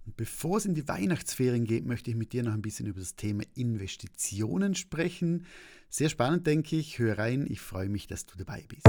Und bevor es in die Weihnachtsferien geht, möchte ich mit dir noch ein bisschen über das Thema Investitionen sprechen. Sehr spannend, denke ich. Hör rein, ich freue mich, dass du dabei bist.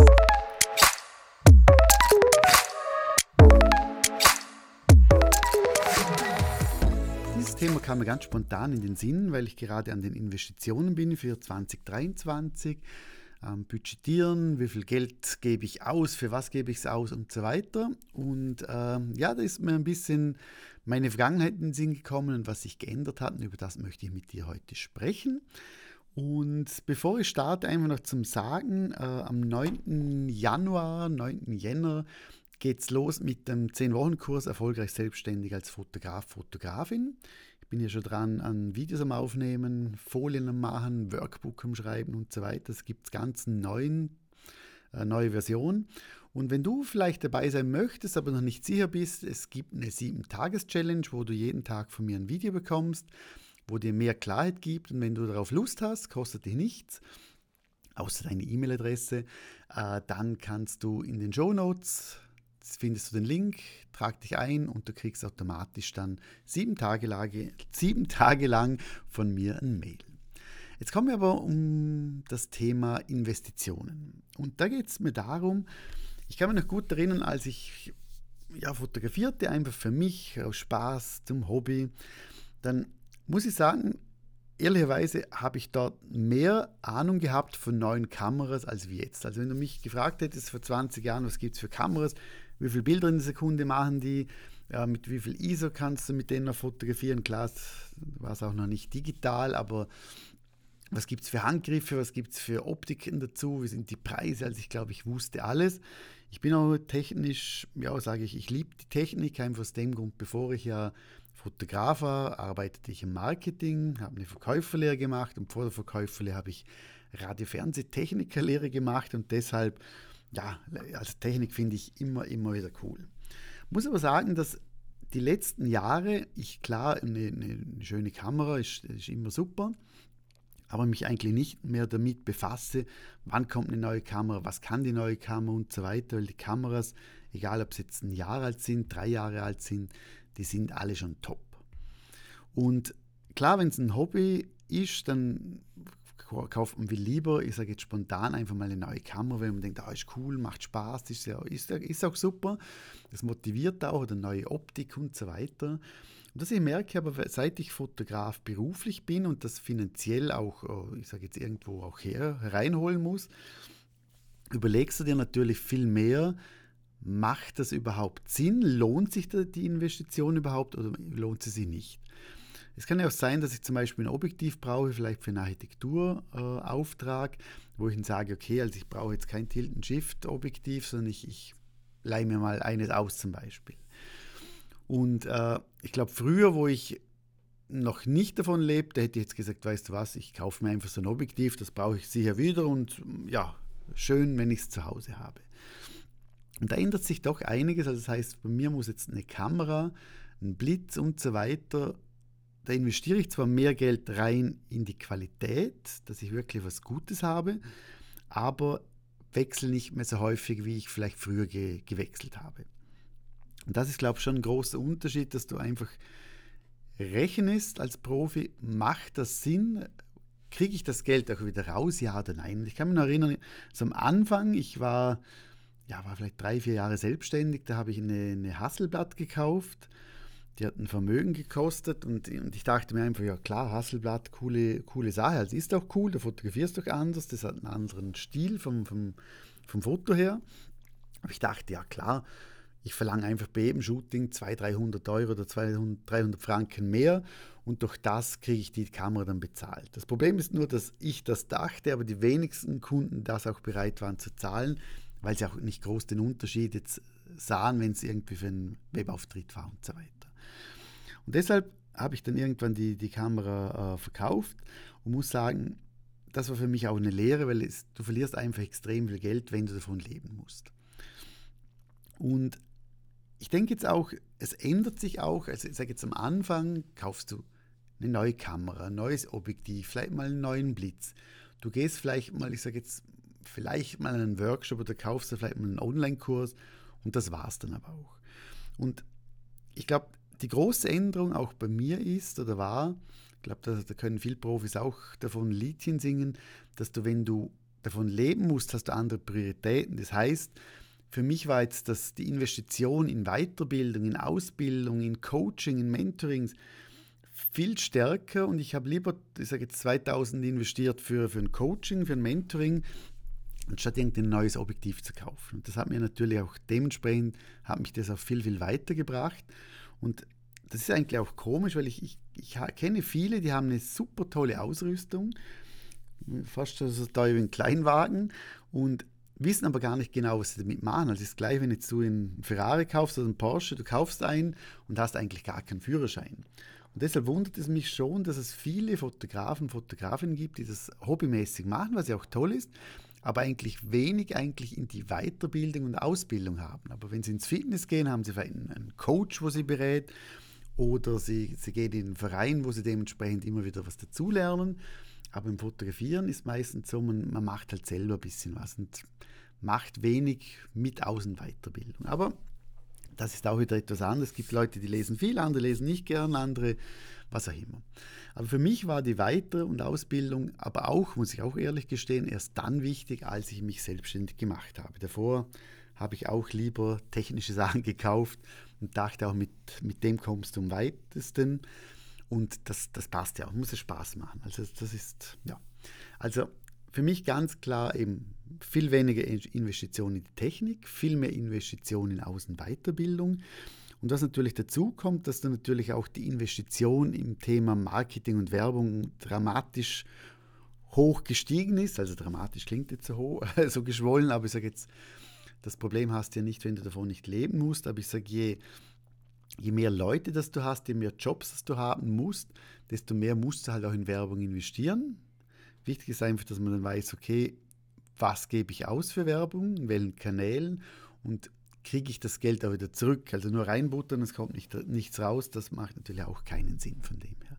Dieses Thema kam mir ganz spontan in den Sinn, weil ich gerade an den Investitionen bin für 2023. Budgetieren, wie viel Geld gebe ich aus, für was gebe ich es aus und so weiter. Und da ist mir ein bisschen meine Vergangenheit in den Sinn gekommen und was sich geändert hat. Und über das möchte ich mit dir heute sprechen. Und bevor ich starte, einfach noch zum Sagen, am 9. Jänner geht es los mit dem 10-Wochen-Kurs Erfolgreich selbstständig als Fotograf, Fotografin. Ich bin hier schon dran an Videos am Aufnehmen, Folien am Machen, Workbook am Schreiben und so weiter. Es gibt ganz neue Version. Und wenn du vielleicht dabei sein möchtest, aber noch nicht sicher bist, es gibt eine 7-Tages-Challenge, wo du jeden Tag von mir ein Video bekommst, wo dir mehr Klarheit gibt. Und wenn du darauf Lust hast, kostet dich nichts, außer deine E-Mail-Adresse, dann kannst du in den Shownotes findest du den Link, trag dich ein und du kriegst automatisch dann 7 Tage lang von mir ein Mail. Jetzt kommen wir aber um das Thema Investitionen. Und da geht es mir darum, ich kann mich noch gut erinnern, als ich fotografierte, einfach für mich, aus Spaß, zum Hobby, dann muss ich sagen, ehrlicherweise habe ich dort mehr Ahnung gehabt von neuen Kameras als wie jetzt. Also wenn du mich gefragt hättest vor 20 Jahren, was gibt es für Kameras, wie viele Bilder in der Sekunde machen die, mit wie viel ISO kannst du mit denen noch fotografieren, klar, war es auch noch nicht digital, aber was gibt es für Handgriffe, was gibt es für Optiken dazu, wie sind die Preise, also ich glaube, ich wusste alles. Ich bin auch technisch, sage ich liebe die Technik, einfach aus dem Grund, bevor ich Fotograf war, arbeitete ich im Marketing, habe eine Verkäuferlehre gemacht und vor der Verkäuferlehre habe ich Radio-Fernsehtechnikerlehre gemacht und deshalb, als Technik finde ich immer wieder cool. Muss aber sagen, dass die letzten Jahre, eine schöne Kamera ist immer super, aber mich eigentlich nicht mehr damit befasse, wann kommt eine neue Kamera, was kann die neue Kamera und so weiter, weil die Kameras, egal ob sie jetzt ein Jahr alt sind, 3 Jahre alt sind, die sind alle schon top. Und klar, wenn es ein Hobby ist, dann kauft man lieber, ich sage jetzt spontan, einfach mal eine neue Kamera, wenn man denkt, ist cool, macht Spaß, ist auch super. Das motiviert auch, oder neue Optik und so weiter. Und das ich merke aber, seit ich Fotograf beruflich bin und das finanziell auch, ich sage jetzt irgendwo auch reinholen muss, überlegst du dir natürlich viel mehr, macht das überhaupt Sinn? Lohnt sich die Investition überhaupt oder lohnt sie sich nicht? Es kann ja auch sein, dass ich zum Beispiel ein Objektiv brauche, vielleicht für einen Architekturauftrag, wo ich dann sage, okay, also ich brauche jetzt kein Tilt-and-Shift-Objektiv, sondern ich leihe mir mal eines aus zum Beispiel. Und ich glaube, früher, wo ich noch nicht davon lebte, hätte ich jetzt gesagt, weißt du was, ich kaufe mir einfach so ein Objektiv, das brauche ich sicher wieder und schön, wenn ich es zu Hause habe. Und da ändert sich doch einiges, also das heißt, bei mir muss jetzt eine Kamera, ein Blitz und so weiter, da investiere ich zwar mehr Geld rein in die Qualität, dass ich wirklich was Gutes habe, aber wechsle nicht mehr so häufig, wie ich vielleicht früher gewechselt habe. Und das ist, glaube ich, schon ein großer Unterschied, dass du einfach rechnest als Profi, macht das Sinn? Kriege ich das Geld auch wieder raus, ja oder nein? Ich kann mich noch erinnern, so am Anfang, ich war vielleicht 3-4 Jahre selbstständig, da habe ich eine Hasselblad gekauft, die hat ein Vermögen gekostet und ich dachte mir einfach, ja klar, Hasselblad, coole Sache, also ist auch cool, da fotografierst du doch anders, das hat einen anderen Stil vom Foto her. Aber ich dachte, ja klar, ich verlange einfach bei jedem Shooting 200-300 Euro oder 200-300 Franken mehr und durch das kriege ich die Kamera dann bezahlt. Das Problem ist nur, dass ich das dachte, aber die wenigsten Kunden das auch bereit waren zu zahlen, weil sie auch nicht groß den Unterschied jetzt sahen, wenn es irgendwie für einen Webauftritt war und so weiter. Und deshalb habe ich dann irgendwann die Kamera verkauft und muss sagen, das war für mich auch eine Lehre, weil du verlierst einfach extrem viel Geld, wenn du davon leben musst. Und ich denke jetzt auch, es ändert sich auch, also ich sage jetzt am Anfang, kaufst du eine neue Kamera, ein neues Objektiv, vielleicht mal einen neuen Blitz. Du gehst vielleicht mal, vielleicht mal einen Workshop oder kaufst du vielleicht mal einen Online-Kurs und das war's dann aber auch. Und ich glaube, die große Änderung auch bei mir ist oder war, ich glaube, da können viele Profis auch davon ein Liedchen singen, dass du, wenn du davon leben musst, hast du andere Prioritäten. Das heißt, für mich war jetzt die Investition in Weiterbildung, in Ausbildung, in Coaching, in Mentorings viel stärker und ich habe lieber, ich sage jetzt 2000 investiert für ein Coaching, für ein Mentoring, anstatt irgendein neues Objektiv zu kaufen. Und das hat mir natürlich auch dementsprechend, hat mich das auch viel, viel weitergebracht. Und das ist eigentlich auch komisch, weil ich kenne viele, die haben eine super tolle Ausrüstung, fast so teuer wie ein Kleinwagen und wissen aber gar nicht genau, was sie damit machen. Also es ist gleich, wenn jetzt du einen Ferrari kaufst oder einen Porsche, du kaufst einen und hast eigentlich gar keinen Führerschein. Und deshalb wundert es mich schon, dass es viele Fotografen, Fotografinnen gibt, die das hobbymäßig machen, was ja auch toll ist, aber eigentlich wenig eigentlich in die Weiterbildung und Ausbildung haben. Aber wenn sie ins Fitness gehen, haben sie vielleicht einen Coach, wo sie berät, oder sie gehen in einen Verein, wo sie dementsprechend immer wieder was dazulernen. Aber im Fotografieren ist meistens so, man macht halt selber ein bisschen was und macht wenig mit Außenweiterbildung. Aber das ist auch wieder etwas anderes. Es gibt Leute, die lesen viel, andere lesen nicht gern, andere was auch immer. Aber für mich war die Weiter- und Ausbildung aber auch, muss ich auch ehrlich gestehen, erst dann wichtig, als ich mich selbstständig gemacht habe. Davor habe ich auch lieber technische Sachen gekauft und dachte auch, mit dem kommst du am weitesten. Und das passt ja auch, muss es Spaß machen. Also das ist, ja. Also für mich ganz klar eben viel weniger Investitionen in die Technik, viel mehr Investitionen in Außenweiterbildung. Und was natürlich dazu kommt, dass dann natürlich auch die Investition im Thema Marketing und Werbung dramatisch hoch gestiegen ist. Also dramatisch klingt jetzt so hoch, so geschwollen, aber ich sage jetzt, das Problem hast du ja nicht, wenn du davon nicht leben musst. Aber ich sage, je mehr Leute das du hast, je mehr Jobs das du haben musst, desto mehr musst du halt auch in Werbung investieren. Wichtig ist einfach, dass man dann weiß, okay, was gebe ich aus für Werbung, in welchen Kanälen und kriege ich das Geld auch wieder zurück. Also nur reinbuttern, es kommt nichts raus, das macht natürlich auch keinen Sinn von dem her.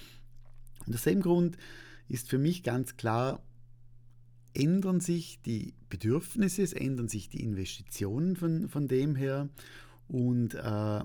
Und aus dem Grund ist für mich ganz klar, ändern sich die Bedürfnisse, es ändern sich die Investitionen von dem her und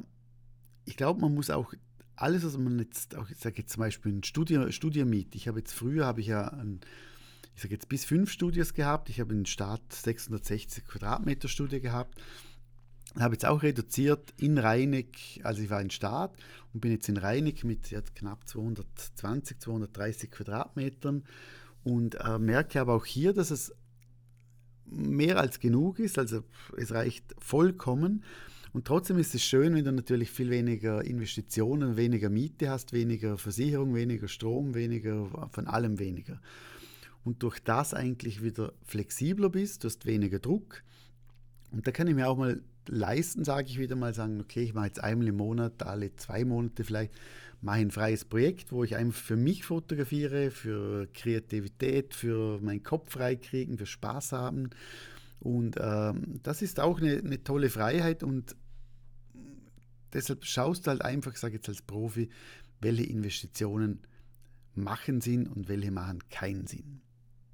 ich glaube, man muss auch alles, was man jetzt, auch ich sage jetzt zum Beispiel ein Studio Meet. Früher habe ich ja, ich sage jetzt bis 5 Studios gehabt. Ich habe in Start 660 Quadratmeter Studio gehabt. Habe jetzt auch reduziert in Reinig, also ich war in Start und bin jetzt in Reinig mit jetzt knapp 220, 230 Quadratmetern und merke aber auch hier, dass es mehr als genug ist, also es reicht vollkommen. Und trotzdem ist es schön, wenn du natürlich viel weniger Investitionen, weniger Miete hast, weniger Versicherung, weniger Strom, weniger, von allem weniger. Und durch das eigentlich wieder flexibler bist, du hast weniger Druck. Und da kann ich mir auch mal leisten, sage ich wieder mal, sagen, okay, ich mache jetzt einmal im Monat, alle 2 Monate vielleicht, mache ein freies Projekt, wo ich einfach für mich fotografiere, für Kreativität, für meinen Kopf freikriegen, für Spaß haben. Und das ist auch eine tolle Freiheit und deshalb schaust du halt einfach, ich sage jetzt als Profi, welche Investitionen machen Sinn und welche machen keinen Sinn.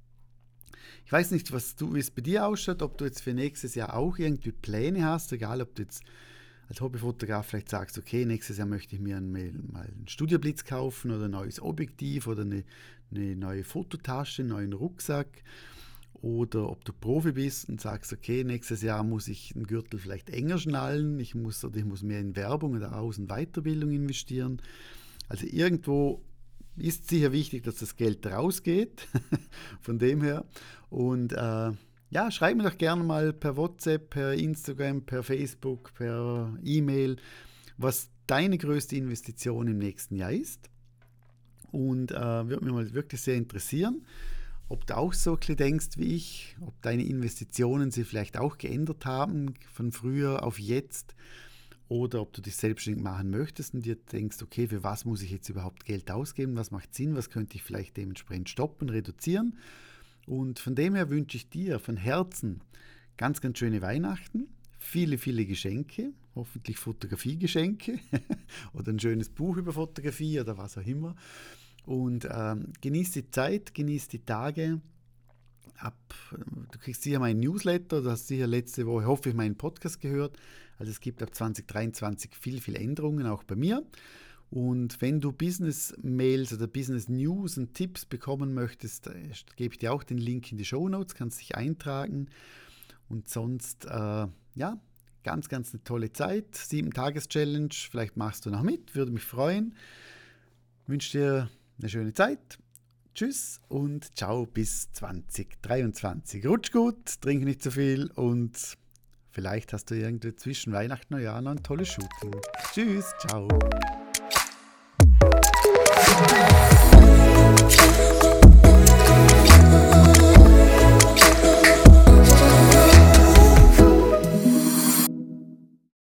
Ich weiß nicht, wie es bei dir ausschaut, ob du jetzt für nächstes Jahr auch irgendwie Pläne hast, egal ob du jetzt als Hobbyfotograf vielleicht sagst, okay, nächstes Jahr möchte ich mir mal einen Studioblitz kaufen oder ein neues Objektiv oder eine neue Fototasche, einen neuen Rucksack. Oder ob du Profi bist und sagst, okay, nächstes Jahr muss ich den Gürtel vielleicht enger schnallen, ich muss mehr in Werbung oder Außen- Weiterbildung investieren. Also irgendwo ist sicher wichtig, dass das Geld rausgeht, von dem her. Und ja, schreib mir doch gerne mal per WhatsApp, per Instagram, per Facebook, per E-Mail, was deine größte Investition im nächsten Jahr ist. Und würde mich mal wirklich sehr interessieren, ob du auch so ein bisschen denkst wie ich, ob deine Investitionen sich vielleicht auch geändert haben von früher auf jetzt oder ob du dich selbstständig machen möchtest und dir denkst, okay, für was muss ich jetzt überhaupt Geld ausgeben, was macht Sinn, was könnte ich vielleicht dementsprechend stoppen, reduzieren. Und von dem her wünsche ich dir von Herzen ganz, ganz schöne Weihnachten, viele, viele Geschenke, hoffentlich Fotografiegeschenke oder ein schönes Buch über Fotografie oder was auch immer. Und genieß die Zeit, genieß die Tage Du kriegst sicher meinen Newsletter, du hast sicher letzte Woche, hoffe ich, meinen Podcast gehört. Also es gibt ab 2023 viel Änderungen, auch bei mir. Und wenn du Business-Mails oder Business-News und Tipps bekommen möchtest, gebe ich dir auch den Link in die Shownotes, kannst dich eintragen. Und sonst, ganz eine tolle Zeit. 7-Tages-Challenge, vielleicht machst du noch mit, würde mich freuen. Wünsche dir eine schöne Zeit. Tschüss und ciao bis 2023. Rutsch gut, trink nicht zu viel und vielleicht hast du irgendwie zwischen Weihnachten und Neujahr noch ein tolles Shooting. Tschüss, ciao.